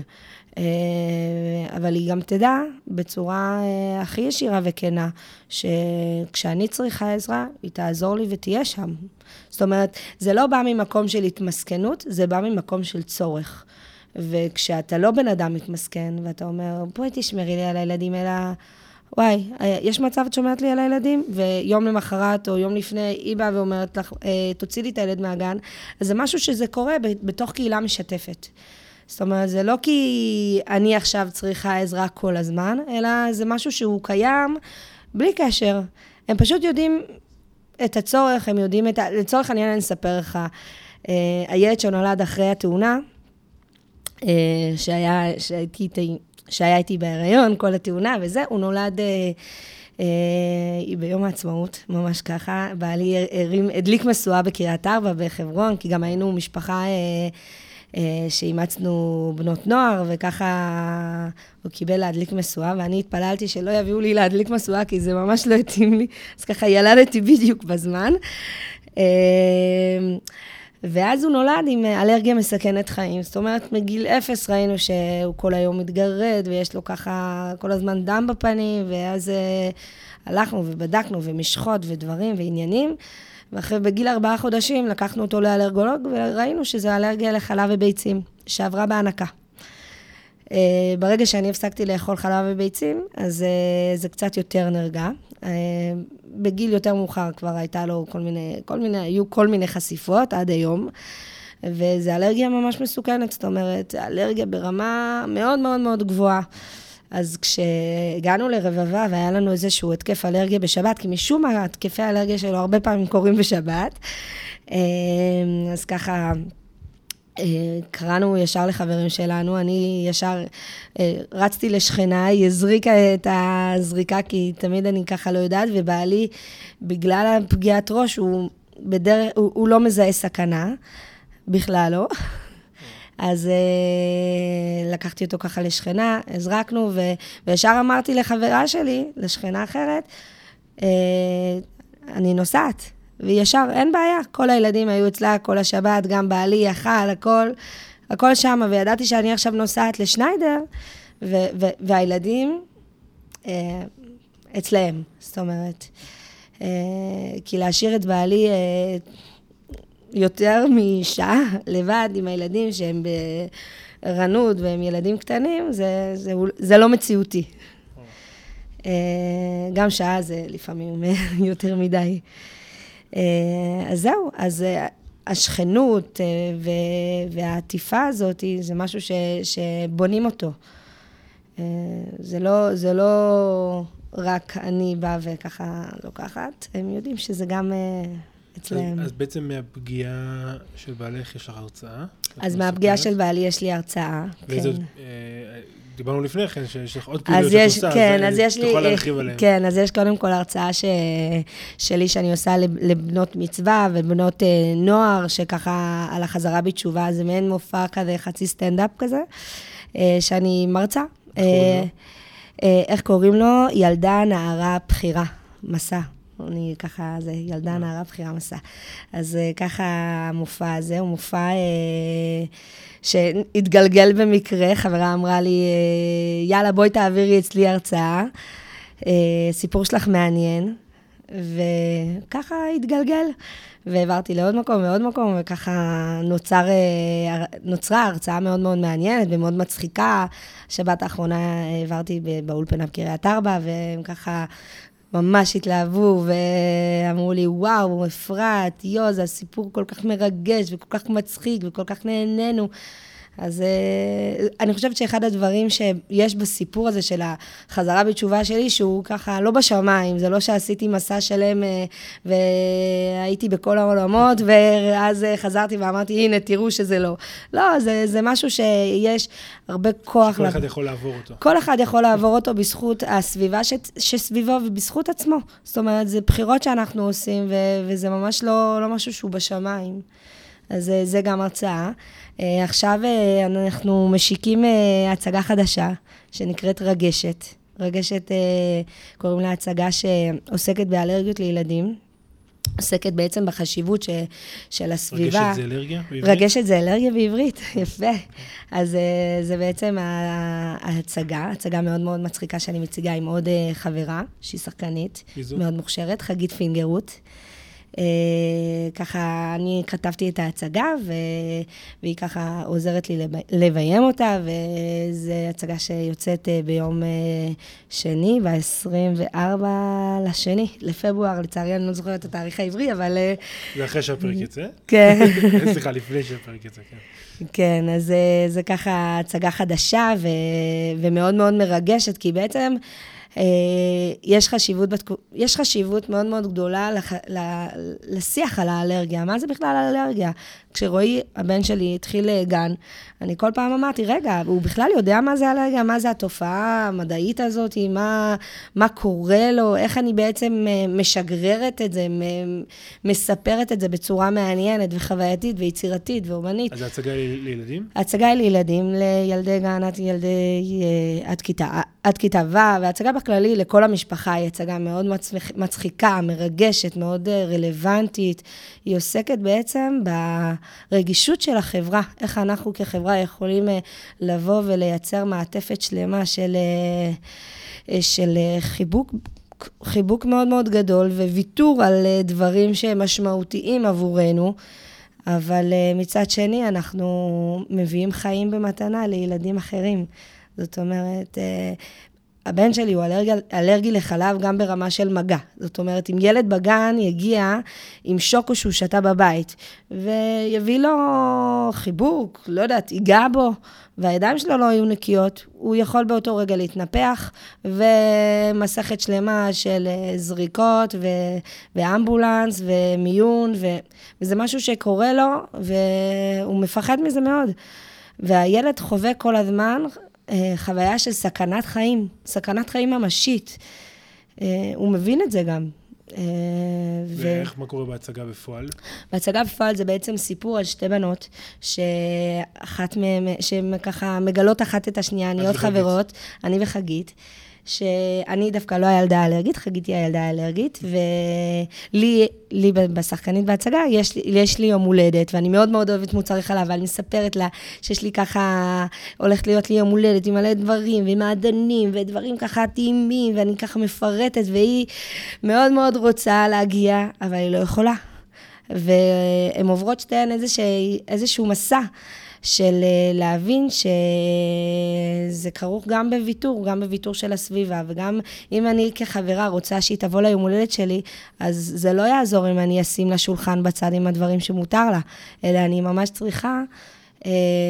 אבל היא גם תדע בצורה הכי ישירה וכנה, שכשאני צריכה עזרה, היא תעזור לי ותהיה שם. זאת אומרת, זה לא בא ממקום של התמסכנות, זה בא ממקום של צורך. וכשאתה לא בן אדם מתמסכן, ואתה אומר, בואי תשמרי לי על הילדים, אלא, וואי, יש מצב את שומעת לי על הילדים, ויום למחרת או יום לפני, היא באה ואומרת לך, תוציא לי את הילד מהגן, אז זה משהו שזה קורה בתוך קהילה משתפת. זאת אומרת, זה לא כי אני עכשיו צריכה עזרה כל הזמן, אלא זה משהו שהוא קיים בלי קשר. הם פשוט יודעים את הצורך, הם יודעים את ה... לצורך העניין אני אספר לך, הילד שנולד אחרי התאונה, שהיה, שהייתי, שהיה איתי בהיריון, כל התאונה וזה, הוא נולד ביום העצמאות, ממש ככה, בעלי הרים, הדליק משואה בקריית ארבע בחברון, כי גם היינו משפחה שאימצנו בנות נוער, וככה הוא קיבל להדליק משואה, ואני התפללתי שלא יביאו לי להדליק משואה, כי זה ממש לא התאים לי, אז ככה ילדתי בדיוק בזמן. ואז הוא נולד עם אלרגיה מסכנת חיים, זאת אומרת, מגיל אפס ראינו שהוא כל היום מתגרד, ויש לו ככה כל הזמן דם בפנים, ואז הלכנו ובדקנו ומשחות ודברים ועניינים, ואחרי בגיל ארבעה חודשים לקחנו אותו לאלרגולוג, וראינו שזה אלרגיה לחלב וביצים, שעברה בהנקה. ברגע שאני הפסקתי לאכול חלב וביצים, אז זה קצת יותר נרגע. בגיל יותר מאוחר כבר הייתה לו כל מיני, כל מיני, היו כל מיני חשיפות עד היום, וזה אלרגיה ממש מסוכנת, זאת אומרת, אלרגיה ברמה מאוד מאוד מאוד גבוהה. אז כשהגענו לרבבה והיה לנו איזשהו התקף אלרגיה בשבת, כי משום מה, התקפי האלרגיה שלו הרבה פעמים קורים בשבת, אז ככה קראנו ישר לחברים שלנו, אני ישר רצתי לשכנה, היא הזריקה את הזריקה, כי תמיד אני ככה לא יודעת, ובעלי, בגלל הפגיעת ראש, הוא, בדרך, הוא, הוא לא מזהה סכנה, בכלל לא. אז uh, לקחתי אותו ככה לשכנה, הזרקנו, ו- וישר אמרתי לחברה שלי, לשכנה אחרת, uh, אני נוסעת, וישר אין בעיה, כל הילדים היו אצלה, כל השבת, גם בעלי, אכל, הכל, הכל שם, וידעתי שאני עכשיו נוסעת לשניידר, ו- ו- והילדים uh, אצלהם, זאת אומרת, uh, כי להשאיר את בעלי... Uh, יותר משעה לבד עם הילדים שהם ברנות והם ילדים קטנים, זה, זה, זה לא מציאותי. גם שעה זה לפעמים יותר מדי. אז זהו, אז השכנות והעטיפה הזאת, זה משהו ש, שבונים אותו. זה לא, זה לא רק אני באה וככה לוקחת, הם יודעים שזה גם... אצלהם. אז, אז בעצם מהפגיעה של בעלך יש לך הרצאה? אז מהפגיעה של בעלי יש לי הרצאה. ואיזה, כן. אה, דיברנו לפני כן, שיש לך עוד פעילויות שאת עושה, כן, אז, אז יש לי, תוכל להרחיב עליהם. כן, אז יש קודם כל הרצאה ש, שלי שאני עושה לבנות מצווה ובנות אה, נוער, שככה על החזרה בתשובה, זה מעין מופע כזה, חצי סטנדאפ כזה, אה, שאני מרצה. אה, אה, איך קוראים לו? ילדה נערה בחירה, מסע. אני ככה, זה ילדה נערה בחירה מסע. אז ככה המופע הזה, הוא מופע אה, שהתגלגל במקרה, חברה אמרה לי, אה, יאללה בואי תעבירי אצלי הרצאה, אה, סיפור שלך מעניין, וככה התגלגל, והעברתי לעוד מקום ועוד מקום, וככה נוצר, אה, נוצרה הרצאה מאוד מאוד מעניינת ומאוד מצחיקה. שבת האחרונה העברתי באולפנה בקריית ארבע, וככה... ממש התלהבו ואמרו לי, וואו, אפרת, יו, זה הסיפור כל כך מרגש וכל כך מצחיק וכל כך נהנינו. אז אני חושבת שאחד הדברים שיש בסיפור הזה של החזרה בתשובה שלי, שהוא ככה לא בשמיים, זה לא שעשיתי מסע שלם והייתי בכל העולמות, ואז חזרתי ואמרתי, הנה, תראו שזה לא. לא, זה, זה משהו שיש הרבה כוח. כל אחד יכול לעבור אותו. כל אחד יכול לעבור אותו בזכות הסביבה ש, שסביבו ובזכות עצמו. זאת אומרת, זה בחירות שאנחנו עושים, ו, וזה ממש לא, לא משהו שהוא בשמיים. אז זה גם הרצאה. עכשיו אנחנו משיקים הצגה חדשה, שנקראת רגשת. רגשת, קוראים לה הצגה שעוסקת באלרגיות לילדים. עוסקת בעצם בחשיבות ש, של הסביבה. רגשת זה אלרגיה בעברית? רגשת זה אלרגיה בעברית, יפה. אז זה בעצם ההצגה, הצגה מאוד מאוד מצחיקה שאני מציגה עם עוד חברה, שהיא שחקנית, מאוד מוכשרת, חגית פינגרות. ככה אני כתבתי את ההצגה, והיא ככה עוזרת לי לביים אותה, וזו הצגה שיוצאת ביום שני, ב-עשרים וארבע לשני, לפברואר, לצערי אני לא זוכרת את התאריך העברי, אבל... זה אחרי שהפרק יצא? כן. סליחה, לפני שהפרק יצא, כן. כן, אז זה ככה הצגה חדשה, ומאוד מאוד מרגשת, כי בעצם... יש חשיבות, יש חשיבות מאוד מאוד גדולה לשיח על האלרגיה. מה זה בכלל האלרגיה? כשרואי, הבן שלי התחיל גן, אני כל פעם אמרתי, רגע, הוא בכלל יודע מה זה אלרגיה, מה זה התופעה המדעית הזאת, מה, מה קורה לו, איך אני בעצם משגררת את זה, מספרת את זה בצורה מעניינת וחווייתית ויצירתית ואומנית. אז ההצגה היא לילדים? ההצגה היא לילדים, לילדי גן, ילדי עד כיתה, עד כיתה ו', וההצגה בכללי לכל המשפחה היא הצגה מאוד מצחיקה, מרגשת, מאוד רלוונטית. היא עוסקת בעצם ברגישות של החברה, איך אנחנו כחברה יכולים לבוא ולייצר מעטפת שלמה של, של חיבוק, חיבוק מאוד מאוד גדול, וויתור על דברים שהם משמעותיים עבורנו, אבל מצד שני, אנחנו מביאים חיים במתנה לילדים אחרים. זאת אומרת, הבן שלי הוא אלרגי, אלרגי לחלב גם ברמה של מגע. זאת אומרת, אם ילד בגן יגיע עם שוקו שהוא שתה בבית, ויביא לו חיבוק, לא יודעת, ייגע בו, והידיים שלו לא היו נקיות, הוא יכול באותו רגע להתנפח, ומסכת שלמה של זריקות, ו... ואמבולנס, ומיון, ו... וזה משהו שקורה לו, והוא מפחד מזה מאוד. והילד חווה כל הזמן חוויה של סכנת חיים, סכנת חיים ממשית. הוא מבין את זה גם. ואיך, מה קורה בהצגה בפועל? בהצגה בפועל זה בעצם סיפור על שתי בנות, שאחת מהן, שהן ככה מגלות אחת את השנייה, אני עוד חברות, אני וחגית, שאני דווקא לא הילדה האלרגית, חגית היא הילדה האלרגית, ולי, לי בשחקנית בהצגה, יש, יש לי יום הולדת, ואני מאוד מאוד אוהבת מוצרי חלב, ואני מספרת לה שיש לי ככה, הולכת להיות לי יום הולדת עם מלא דברים, ומעדנים, ודברים ככה טעימים, ואני ככה מפרטת, והיא מאוד מאוד רוצה להגיע, אבל היא לא יכולה. והן עוברות שתיהן איזשה, איזשהו מסע, של להבין שזה כרוך גם בוויתור, גם בוויתור של הסביבה, וגם אם אני כחברה רוצה שהיא תבוא ליום הולדת שלי, אז זה לא יעזור אם אני אשים לה שולחן בצד עם הדברים שמותר לה, אלא אני ממש צריכה אה,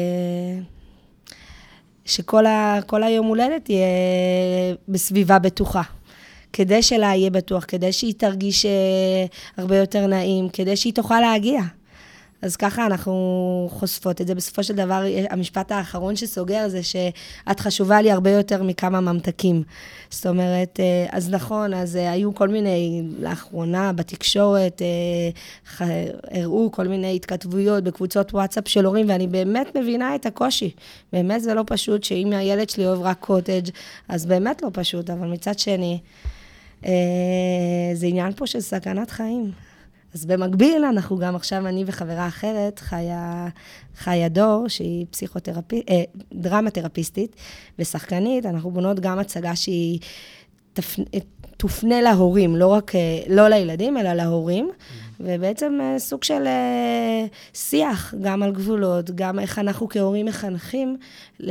שכל ה, כל היום הולדת יהיה בסביבה בטוחה. כדי שלה יהיה בטוח, כדי שהיא תרגיש הרבה יותר נעים, כדי שהיא תוכל להגיע. אז ככה אנחנו חושפות את זה. בסופו של דבר, המשפט האחרון שסוגר זה שאת חשובה לי הרבה יותר מכמה ממתקים. זאת אומרת, אז נכון, אז היו כל מיני, לאחרונה בתקשורת, הראו כל מיני התכתבויות בקבוצות וואטסאפ של הורים, ואני באמת מבינה את הקושי. באמת זה לא פשוט, שאם הילד שלי אוהב רק קוטג', אז באמת לא פשוט, אבל מצד שני, זה עניין פה של סכנת חיים. אז במקביל, אנחנו גם עכשיו, אני וחברה אחרת, חיה, חיה דור, שהיא פסיכותרפיסטית, אה, דרמה תרפיסטית ושחקנית, אנחנו בונות גם הצגה שהיא תפ, תופנה להורים, לא רק, לא לילדים, אלא להורים, ובעצם סוג של שיח, גם על גבולות, גם איך אנחנו כהורים מחנכים ל...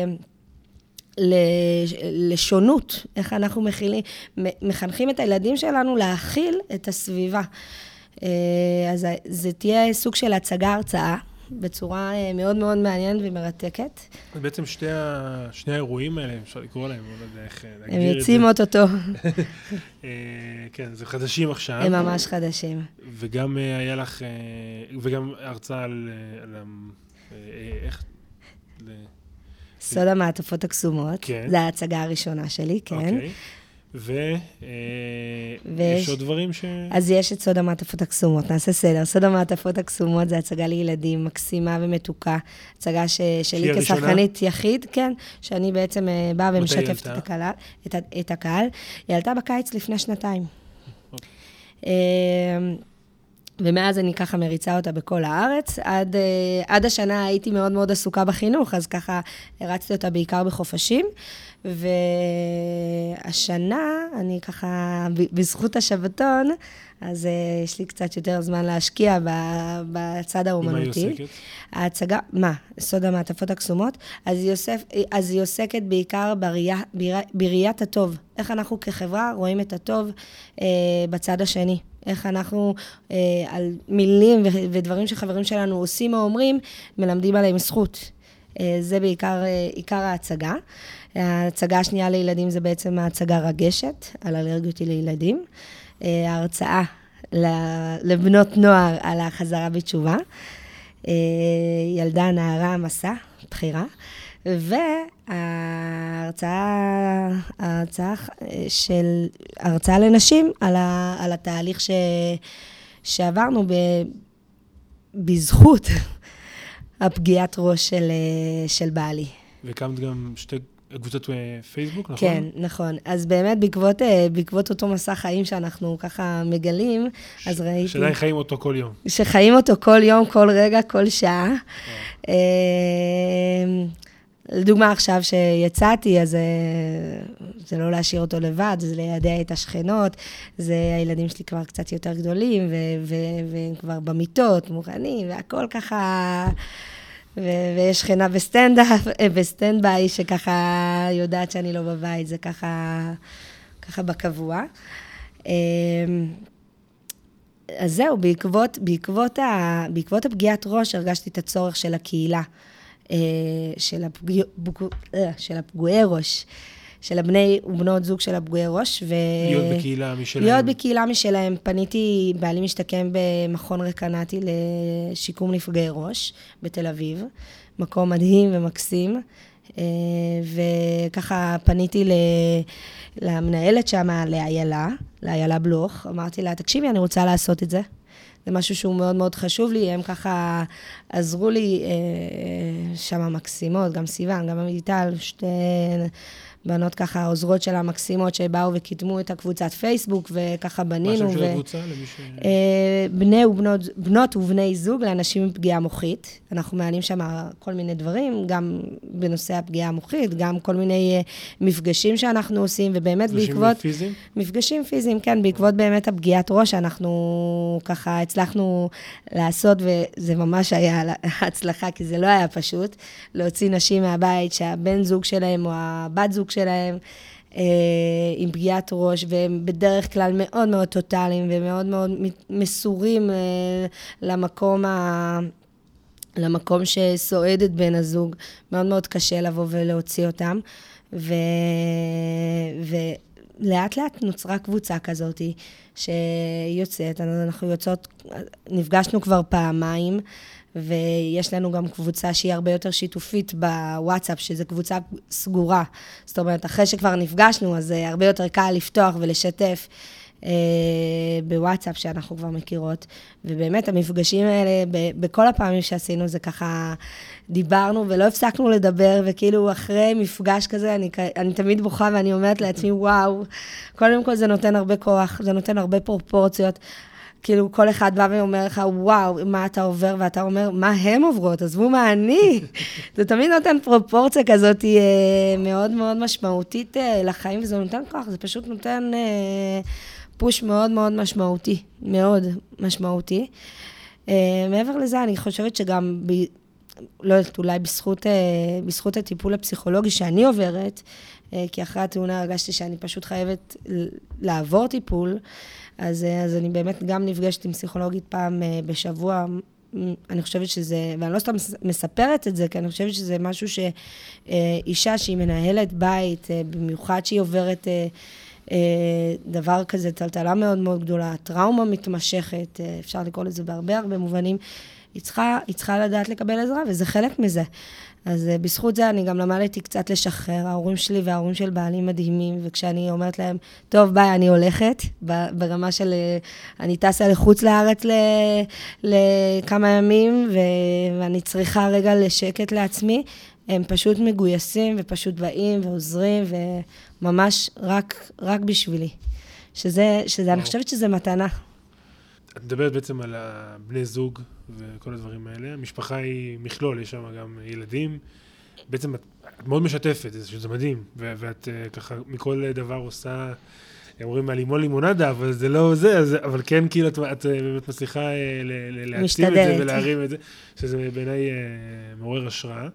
לשונות, איך אנחנו מכילים, מחנכים את הילדים שלנו להכיל את הסביבה. אז זה תהיה סוג של הצגה הרצאה, בצורה מאוד מאוד מעניינת ומרתקת. אז בעצם שתי, ה... שני האירועים האלה, אפשר לקרוא להם, לא יודע איך להגדיר את זה. הם יוצאים אותו. כן, זה חדשים עכשיו. הם ממש חדשים. וגם היה לך, וגם הרצאה על, על איך... סוד המעטפות הקסומות. כן. זו ההצגה הראשונה שלי, כן. אוקיי. ויש עוד דברים ש... אז יש את סוד המעטפות הקסומות, נעשה סדר. סוד המעטפות הקסומות זה הצגה לילדים, מקסימה ומתוקה. הצגה שלי כשחקנית יחיד, כן, שאני בעצם באה ומשתפת את הקהל. את הקהל. היא עלתה בקיץ לפני שנתיים. ומאז אני ככה מריצה אותה בכל הארץ. עד, עד השנה הייתי מאוד מאוד עסוקה בחינוך, אז ככה הרצתי אותה בעיקר בחופשים. והשנה, אני ככה, בזכות השבתון, אז יש לי קצת יותר זמן להשקיע בצד האומנותי. מה היא עוסקת? ההצגה, מה? סוד המעטפות הקסומות. אז היא, עוסק, אז היא עוסקת בעיקר בראייה, בראיית הטוב. איך אנחנו כחברה רואים את הטוב אה, בצד השני. איך אנחנו אה, על מילים ודברים שחברים שלנו עושים או אומרים, מלמדים עליהם זכות. אה, זה בעיקר אה, עיקר ההצגה. ההצגה השנייה לילדים זה בעצם ההצגה רגשת, על אלרגיות לילדים. אה, ההרצאה לבנות נוער על החזרה בתשובה. אה, ילדה, נערה, מסע, בחירה. וההרצאה, ההרצאה של, ההרצאה לנשים על, ה, על התהליך ש, שעברנו ב, בזכות הפגיעת ראש של, של בעלי. והקמת גם שתי קבוצות פייסבוק, נכון? כן, נכון. אז באמת בעקבות, בעקבות אותו מסע חיים שאנחנו ככה מגלים, ש, אז ראיתי... שעדיין חיים אותו כל יום. שחיים אותו כל יום, כל רגע, כל שעה. לדוגמה עכשיו שיצאתי, אז זה לא להשאיר אותו לבד, זה לידע את השכנות, זה הילדים שלי כבר קצת יותר גדולים, והם כבר במיטות, מוכנים, והכל ככה, ויש שכנה בסטנד-אפ, בסטנד-ביי, שככה יודעת שאני לא בבית, זה ככה, ככה בקבוע. אז זהו, בעקבות, בעקבות, ה, בעקבות הפגיעת ראש, הרגשתי את הצורך של הקהילה, של, הפגוע, של הפגועי ראש, של הבני ובנות זוג של הפגועי ראש. ו... להיות בקהילה משלהם. להיות בקהילה משלהם. פניתי, בעלי משתקם במכון רקנתי לשיקום נפגעי ראש בתל אביב, מקום מדהים ומקסים, וככה פניתי ל... למנהלת שם, לאיילה, לאיילה בלוך, אמרתי לה, תקשיבי, אני רוצה לעשות את זה. זה משהו שהוא מאוד מאוד חשוב לי, הם ככה עזרו לי שם מקסימות, גם סיוון, גם אמיטל, שתי בנות ככה עוזרות של המקסימות שבאו וקידמו את הקבוצת פייסבוק, וככה בנינו. מה שם של הקבוצה? למי ש... בני ובנות, בנות ובני זוג לאנשים עם פגיעה מוחית. אנחנו מעלים שם כל מיני דברים, גם בנושא הפגיעה המוחית, גם כל מיני מפגשים שאנחנו עושים, ובאמת בעקבות... מפגשים פיזיים? מפגשים פיזיים, כן, בעקבות באמת הפגיעת ראש, אנחנו ככה הצלחנו לעשות, וזה ממש היה הצלחה, כי זה לא היה פשוט, להוציא נשים מהבית שהבן זוג שלהם או הבת זוג שלהם, עם פגיעת ראש, והם בדרך כלל מאוד מאוד טוטליים, ומאוד מאוד מסורים למקום, ה... למקום שסועד את בן הזוג. מאוד מאוד קשה לבוא ולהוציא אותם. ו... ולאט לאט נוצרה קבוצה כזאת, שיוצאת, אנחנו יוצאות, נפגשנו כבר פעמיים, ויש לנו גם קבוצה שהיא הרבה יותר שיתופית בוואטסאפ, שזו קבוצה סגורה. זאת אומרת, אחרי שכבר נפגשנו, אז הרבה יותר קל לפתוח ולשתף אה, בוואטסאפ שאנחנו כבר מכירות. ובאמת, המפגשים האלה, ב- בכל הפעמים שעשינו, זה ככה, דיברנו ולא הפסקנו לדבר, וכאילו אחרי מפגש כזה, אני, אני תמיד בוכה ואני אומרת לעצמי, וואו, קודם כל זה נותן הרבה כוח, זה נותן הרבה פרופורציות, כאילו כל אחד בא ואומר לך, וואו, מה אתה עובר, ואתה אומר, מה הם עוברות, עזבו מה אני. זה תמיד נותן פרופורציה כזאת מאוד מאוד משמעותית לחיים, וזה נותן כוח, זה פשוט נותן פוש מאוד מאוד משמעותי, מאוד משמעותי. מעבר לזה, אני חושבת שגם, ב, לא יודעת, אולי בזכות, בזכות הטיפול הפסיכולוגי שאני עוברת, כי אחרי התאונה הרגשתי שאני פשוט חייבת לעבור טיפול, אז, אז אני באמת גם נפגשת עם פסיכולוגית פעם בשבוע, אני חושבת שזה, ואני לא סתם מספרת את זה, כי אני חושבת שזה משהו שאישה שהיא מנהלת בית, במיוחד שהיא עוברת דבר כזה, טלטלה מאוד מאוד גדולה, טראומה מתמשכת, אפשר לקרוא לזה בהרבה הרבה מובנים, היא צריכה, היא צריכה לדעת לקבל עזרה, וזה חלק מזה. אז בזכות זה אני גם למדתי קצת לשחרר, ההורים שלי וההורים של בעלים מדהימים, וכשאני אומרת להם, טוב, ביי, אני הולכת, ברמה של, אני טסה לחוץ לארץ לכמה ימים, ואני צריכה רגע לשקט לעצמי, הם פשוט מגויסים ופשוט באים ועוזרים, וממש רק, רק בשבילי. שזה, שזה, אני חושבת שזה מתנה. את מדברת בעצם על בני זוג וכל הדברים האלה. המשפחה היא מכלול, יש שם גם ילדים. בעצם את, את מאוד משתפת, שזה מדהים. ואת ככה מכל דבר עושה, אומרים מהלימון לימונדה, אבל זה לא זה, אז, אבל כן כאילו את, את באמת מצליחה להעצים את זה ולהרים את זה, שזה בעיניי מעורר השראה.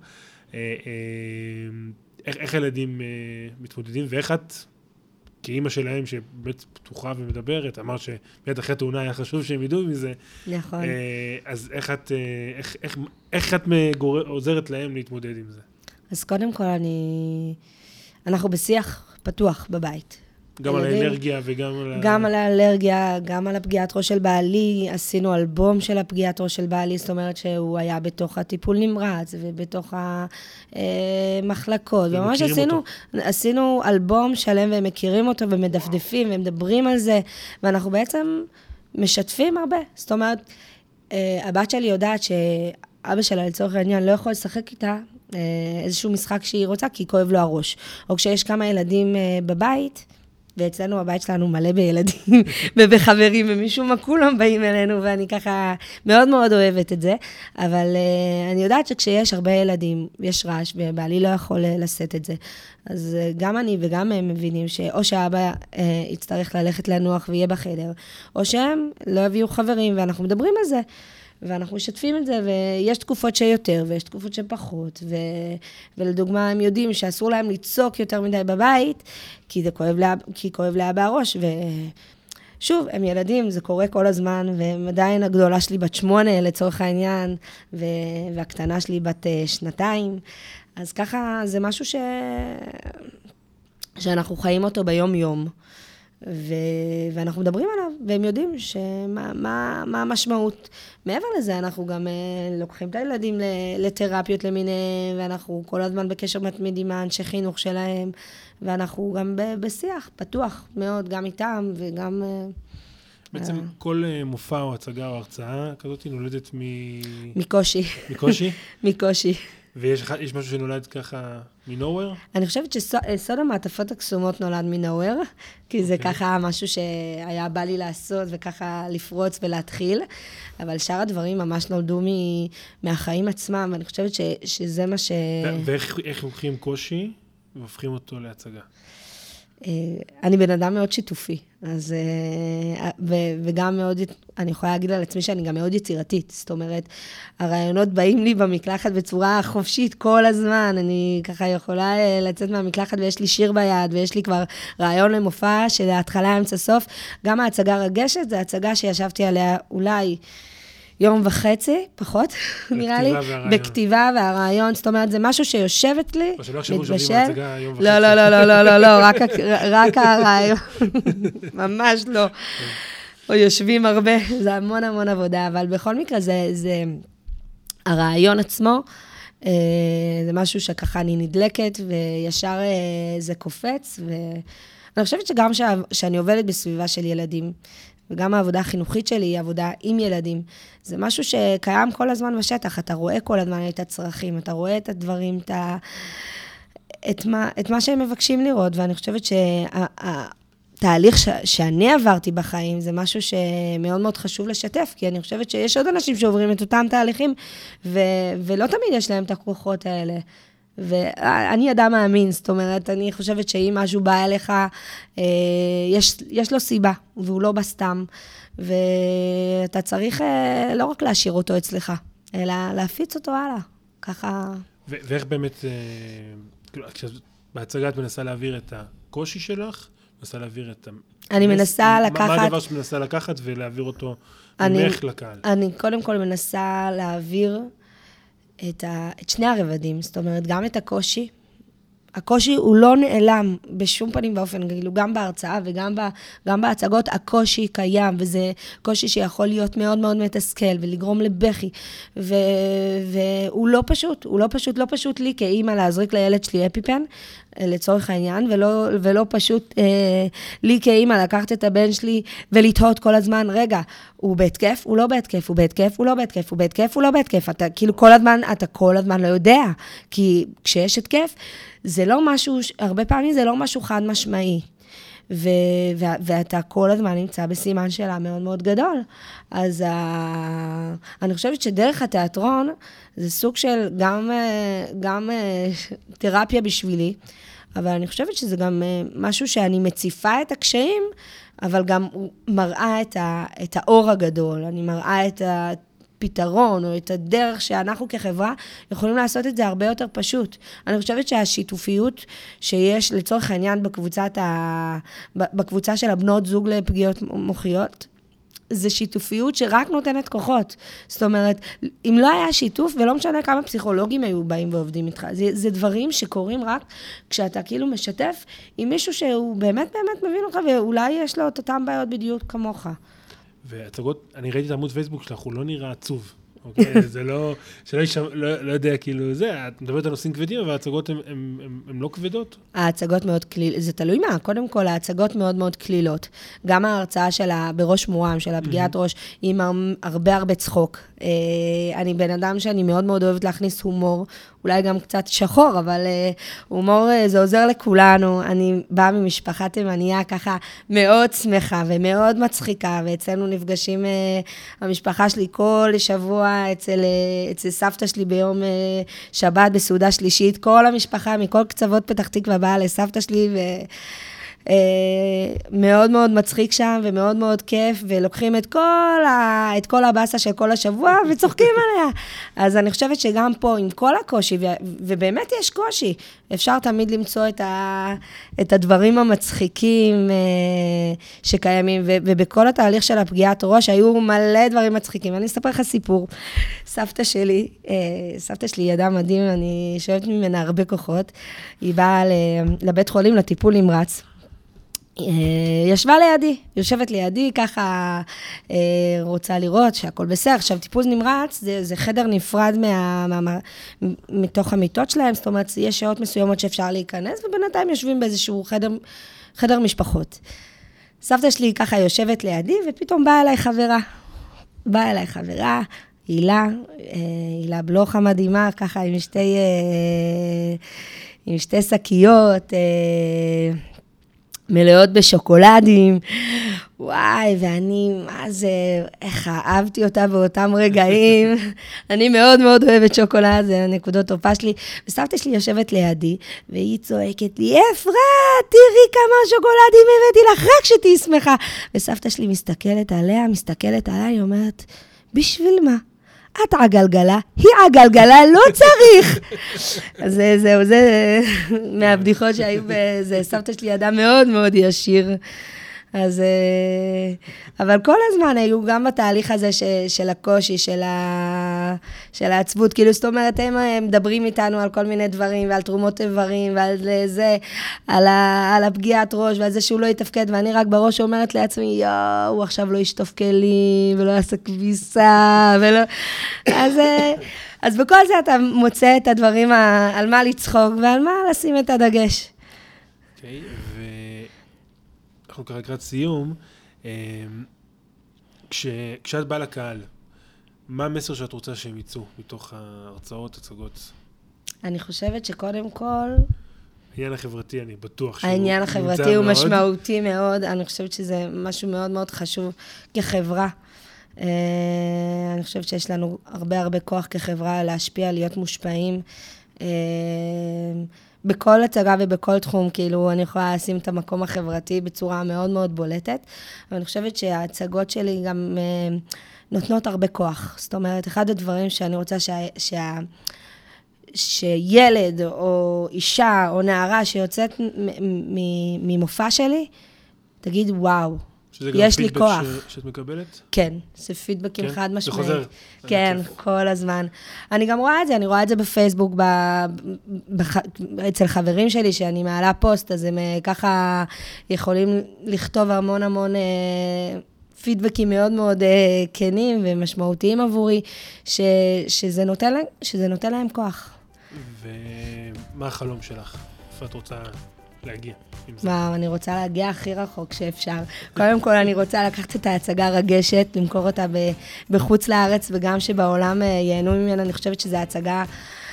איך, איך ילדים מתמודדים, ואיך את... כאימא שלהם שבאמת פתוחה ומדברת, אמרת שבאמת אחרי תאונה היה חשוב שהם ידעו מזה. נכון. אז איך את, איך, איך, איך את עוזרת להם להתמודד עם זה? אז קודם כל אני, אנחנו בשיח פתוח בבית. גם על האלרגיה וגם על... גם על האלרגיה, גם על הפגיעת ראש של בעלי, עשינו אלבום של הפגיעת ראש של בעלי, זאת אומרת שהוא היה בתוך הטיפול נמרץ ובתוך המחלקות, וממש עשינו, עשינו אלבום שלם והם מכירים אותו ומדפדפים ומדברים על זה, ואנחנו בעצם משתפים הרבה, זאת אומרת, הבת שלי יודעת שאבא שלה לצורך העניין לא יכול לשחק איתה, איזשהו משחק שהיא רוצה, כי כואב לו הראש, או כשיש כמה ילדים בבית, ואצלנו הבית שלנו מלא בילדים ובחברים, ומשום מה כולם באים אלינו, ואני ככה מאוד מאוד אוהבת את זה, אבל uh, אני יודעת שכשיש הרבה ילדים, יש רעש, ובעלי לא יכול לשאת את זה. אז uh, גם אני וגם הם מבינים שאו שהאבא uh, יצטרך ללכת לנוח ויהיה בחדר, או שהם לא יביאו חברים, ואנחנו מדברים על זה. ואנחנו משתפים את זה, ויש תקופות שיותר, ויש תקופות שפחות, ו... ולדוגמה, הם יודעים שאסור להם לצעוק יותר מדי בבית, כי זה כואב לאב... כי כואב לאבא הראש, ושוב, הם ילדים, זה קורה כל הזמן, ועדיין הגדולה שלי בת שמונה, לצורך העניין, ו... והקטנה שלי בת שנתיים, אז ככה זה משהו ש... שאנחנו חיים אותו ביום-יום. ו... ואנחנו מדברים עליו, והם יודעים שמה, מה, מה המשמעות. מעבר לזה, אנחנו גם uh, לוקחים את הילדים לתרפיות למיניהם, ואנחנו כל הזמן בקשר מתמיד עם האנשי חינוך שלהם, ואנחנו גם בשיח פתוח מאוד, גם איתם וגם... Uh, בעצם uh, כל uh, מופע או הצגה או הרצאה כזאת נולדת מ... מקושי. מקושי? מקושי. ויש יש משהו שנולד ככה מנוהוור? אני חושבת שסוד המעטפות הקסומות נולד מנוהוור, כי זה ככה משהו שהיה בא לי לעשות וככה לפרוץ ולהתחיל, אבל שאר הדברים ממש נולדו מהחיים עצמם, ואני חושבת שזה מה ש... ואיך לוקחים קושי והופכים אותו להצגה? אני בן אדם מאוד שיתופי, אז, וגם מאוד, אני יכולה להגיד על עצמי שאני גם מאוד יצירתית, זאת אומרת, הרעיונות באים לי במקלחת בצורה חופשית כל הזמן, אני ככה יכולה לצאת מהמקלחת ויש לי שיר ביד, ויש לי כבר רעיון למופע של ההתחלה, אמצע סוף, גם ההצגה רגשת, זו הצגה שישבתי עליה אולי יום וחצי, פחות, נראה לי, בכתיבה והרעיון, זאת אומרת, זה משהו שיושבת לי, מתבשל. לא, לא, לא, לא, לא, לא, לא, רק הרעיון, ממש לא. או יושבים הרבה, זה המון המון עבודה, אבל בכל מקרה, זה הרעיון עצמו, זה משהו שככה אני נדלקת, וישר זה קופץ, ואני חושבת שגם שאני עובדת בסביבה של ילדים, וגם העבודה החינוכית שלי היא עבודה עם ילדים. זה משהו שקיים כל הזמן בשטח, אתה רואה כל הזמן את הצרכים, אתה רואה את הדברים, את, ה... את, מה, את מה שהם מבקשים לראות, ואני חושבת שהתהליך ש... שאני עברתי בחיים, זה משהו שמאוד מאוד חשוב לשתף, כי אני חושבת שיש עוד אנשים שעוברים את אותם תהליכים, ו... ולא תמיד יש להם את הכוחות האלה. ואני אדם מאמין, זאת אומרת, אני חושבת שאם משהו בא אליך, יש, יש לו סיבה, והוא לא בסתם, ואתה צריך לא רק להשאיר אותו אצלך, אלא להפיץ אותו הלאה, ככה... ו- ואיך באמת, בהצגה את מנסה להעביר את הקושי שלך, מנסה להעביר את... אני מנסה לקחת... מה הדבר שמנסה לקחת ולהעביר אותו ממך לקהל? אני קודם כל מנסה להעביר... את, ה, את שני הרבדים, זאת אומרת, גם את הקושי. הקושי הוא לא נעלם בשום פנים באופן, כאילו גם בהרצאה וגם ב, גם בהצגות, הקושי קיים, וזה קושי שיכול להיות מאוד מאוד מתסכל, ולגרום לבכי, ו, והוא לא פשוט, הוא לא פשוט, לא פשוט לי כאימא להזריק לילד שלי אפיפן, לצורך העניין, ולא, ולא פשוט אה, לי כאימא לקחת את הבן שלי ולתהות כל הזמן, רגע, הוא בהתקף, הוא לא בהתקף, הוא בהתקף, הוא לא בהתקף, הוא בהתקף, הוא לא בהתקף, אתה כאילו כל הזמן, אתה כל הזמן לא יודע, כי כשיש התקף, זה לא משהו, הרבה פעמים זה לא משהו חד משמעי, ו- ו- ואתה כל הזמן נמצא בסימן שאלה מאוד מאוד גדול. אז ה- אני חושבת שדרך התיאטרון, זה סוג של גם, גם תרפיה בשבילי, אבל אני חושבת שזה גם משהו שאני מציפה את הקשיים, אבל גם מראה את, ה- את האור הגדול, אני מראה את ה... פתרון, או את הדרך שאנחנו כחברה יכולים לעשות את זה הרבה יותר פשוט. אני חושבת שהשיתופיות שיש לצורך העניין בקבוצת ה... בקבוצה של הבנות זוג לפגיעות מוחיות, זה שיתופיות שרק נותנת כוחות. זאת אומרת, אם לא היה שיתוף, ולא משנה כמה פסיכולוגים היו באים ועובדים איתך, זה, זה דברים שקורים רק כשאתה כאילו משתף עם מישהו שהוא באמת באמת מבין אותך, ואולי יש לו את אותם בעיות בדיוק כמוך. והצגות, אני ראיתי את עמוד פייסבוק שלך, הוא לא נראה עצוב. אוקיי? זה לא, שלא ישמע, לא, לא יודע, כאילו, זה, את מדברת על נושאים כבדים, אבל ההצגות הן לא כבדות? ההצגות מאוד כלילות, זה תלוי מה, קודם כל, ההצגות מאוד מאוד כלילות. גם ההרצאה שלה בראש מורם, של הפגיעת ראש, עם הרבה הרבה צחוק. אני בן אדם שאני מאוד מאוד אוהבת להכניס הומור, אולי גם קצת שחור, אבל הומור זה עוזר לכולנו. אני באה ממשפחה תימניה ככה מאוד שמחה ומאוד מצחיקה, ואצלנו נפגשים המשפחה שלי כל שבוע אצל, אצל סבתא שלי ביום שבת בסעודה שלישית, כל המשפחה מכל קצוות פתח תקווה באה לסבתא שלי, ו... מאוד מאוד מצחיק שם, ומאוד מאוד כיף, ולוקחים את כל, ה... את כל הבאסה של כל השבוע, וצוחקים עליה. אז אני חושבת שגם פה, עם כל הקושי, ו... ובאמת יש קושי, אפשר תמיד למצוא את, ה... את הדברים המצחיקים שקיימים, ו... ובכל התהליך של הפגיעת ראש, היו מלא דברים מצחיקים. אני אספר לך סיפור. סבתא שלי, סבתא שלי ידעה מדהים, אני שואבת ממנה הרבה כוחות, היא באה לבית חולים, לטיפול נמרץ, ישבה לידי, יושבת לידי, ככה רוצה לראות שהכל בסדר. עכשיו, טיפול נמרץ, זה, זה חדר נפרד מה, מה, מתוך המיטות שלהם, זאת אומרת, יש שעות מסוימות שאפשר להיכנס, ובינתיים יושבים באיזשהו חדר, חדר משפחות. סבתא שלי ככה יושבת לידי, ופתאום באה אליי חברה. באה אליי חברה, הילה, הילה בלוחה מדהימה, ככה עם שתי, עם שתי שקיות, מלאות בשוקולדים, וואי, ואני, מה זה, איך אהבתי אותה באותם רגעים, אני מאוד מאוד אוהבת שוקולד, זה הנקודות תורפה שלי, וסבתא שלי יושבת לידי, והיא צועקת לי, אפרת, תראי כמה שוקולדים הבאתי לך, רק שתהי שמחה, וסבתא שלי מסתכלת עליה, מסתכלת עליה, היא אומרת, בשביל מה? את עגלגלה, היא עגלגלה, לא צריך. אז זהו, זה מהבדיחות שהיו בזה, סבתא שלי ידעה מאוד מאוד ישיר. אז, אבל כל הזמן היו גם בתהליך הזה ש, של הקושי, של, ה, של העצבות, כאילו זאת אומרת, הם מדברים איתנו על כל מיני דברים, ועל תרומות איברים, ועל זה, על, ה, על הפגיעת ראש, ועל זה שהוא לא יתפקד, ואני רק בראש אומרת לעצמי, יואו, הוא עכשיו לא ישטוף כלים, ולא יעשה כביסה, ולא... אז, אז בכל זה אתה מוצא את הדברים על מה לצחוק, ועל מה לשים את הדגש. אוקיי, ו... אנחנו ככה לקראת סיום, כש, כשאת באה לקהל, מה המסר שאת רוצה שהם יצאו מתוך ההרצאות, הצגות? אני חושבת שקודם כל... העניין החברתי, אני בטוח שהוא העניין החברתי הוא מאוד. משמעותי מאוד, אני חושבת שזה משהו מאוד מאוד חשוב כחברה. אני חושבת שיש לנו הרבה הרבה כוח כחברה להשפיע, להיות מושפעים. בכל הצגה ובכל תחום, כאילו, אני יכולה לשים את המקום החברתי בצורה מאוד מאוד בולטת, אבל אני חושבת שההצגות שלי גם אה, נותנות הרבה כוח. זאת אומרת, אחד הדברים שאני רוצה שה, שה, שילד או אישה או נערה שיוצאת ממופע שלי, תגיד, וואו, יש לי כוח. שזה גם פידבק שאת מקבלת? כן, זה פידבקים חד משמעית. זה חוזר. כן, כל הזמן. אני גם רואה את זה, אני רואה את זה בפייסבוק, אצל חברים שלי, שאני מעלה פוסט, אז הם ככה יכולים לכתוב המון המון פידבקים מאוד מאוד כנים ומשמעותיים עבורי, שזה נותן להם כוח. ומה החלום שלך? איפה את רוצה להגיע? מה, אני רוצה להגיע הכי רחוק שאפשר. קודם כל, אני רוצה לקחת את ההצגה רגשת, למכור אותה בחוץ לארץ, וגם שבעולם ייהנו ממנה. אני חושבת שזו הצגה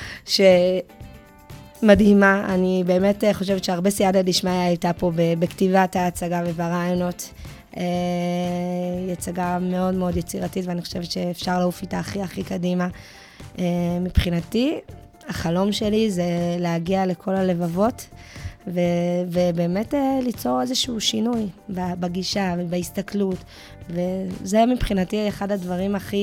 שמדהימה. אני באמת חושבת שהרבה סייעתא דשמיא הייתה פה בכתיבת ההצגה וברעיונות. היא הצגה מאוד מאוד יצירתית, ואני חושבת שאפשר לעוף איתה הכי הכי קדימה. מבחינתי, החלום שלי זה להגיע לכל הלבבות, ו- ובאמת ליצור איזשהו שינוי בגישה ובהסתכלות, וזה מבחינתי אחד הדברים הכי,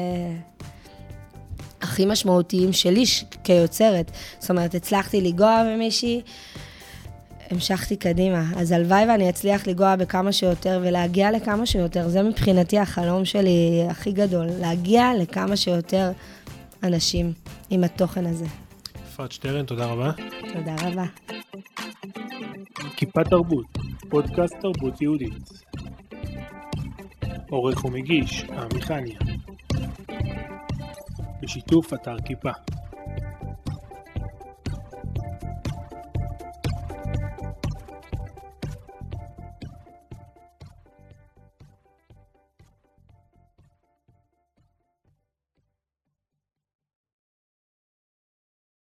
הכי משמעותיים שלי כיוצרת. זאת אומרת, הצלחתי לגוע במישהי, המשכתי קדימה. אז הלוואי ואני אצליח לגוע בכמה שיותר ולהגיע לכמה שיותר. זה מבחינתי החלום שלי הכי גדול, להגיע לכמה שיותר אנשים עם התוכן הזה. אפרת שטרן, תודה רבה. תודה רבה. כיפה תרבות, פודקאסט תרבות יהודית. עורך ומגיש, עמי חניה. בשיתוף אתר כיפה.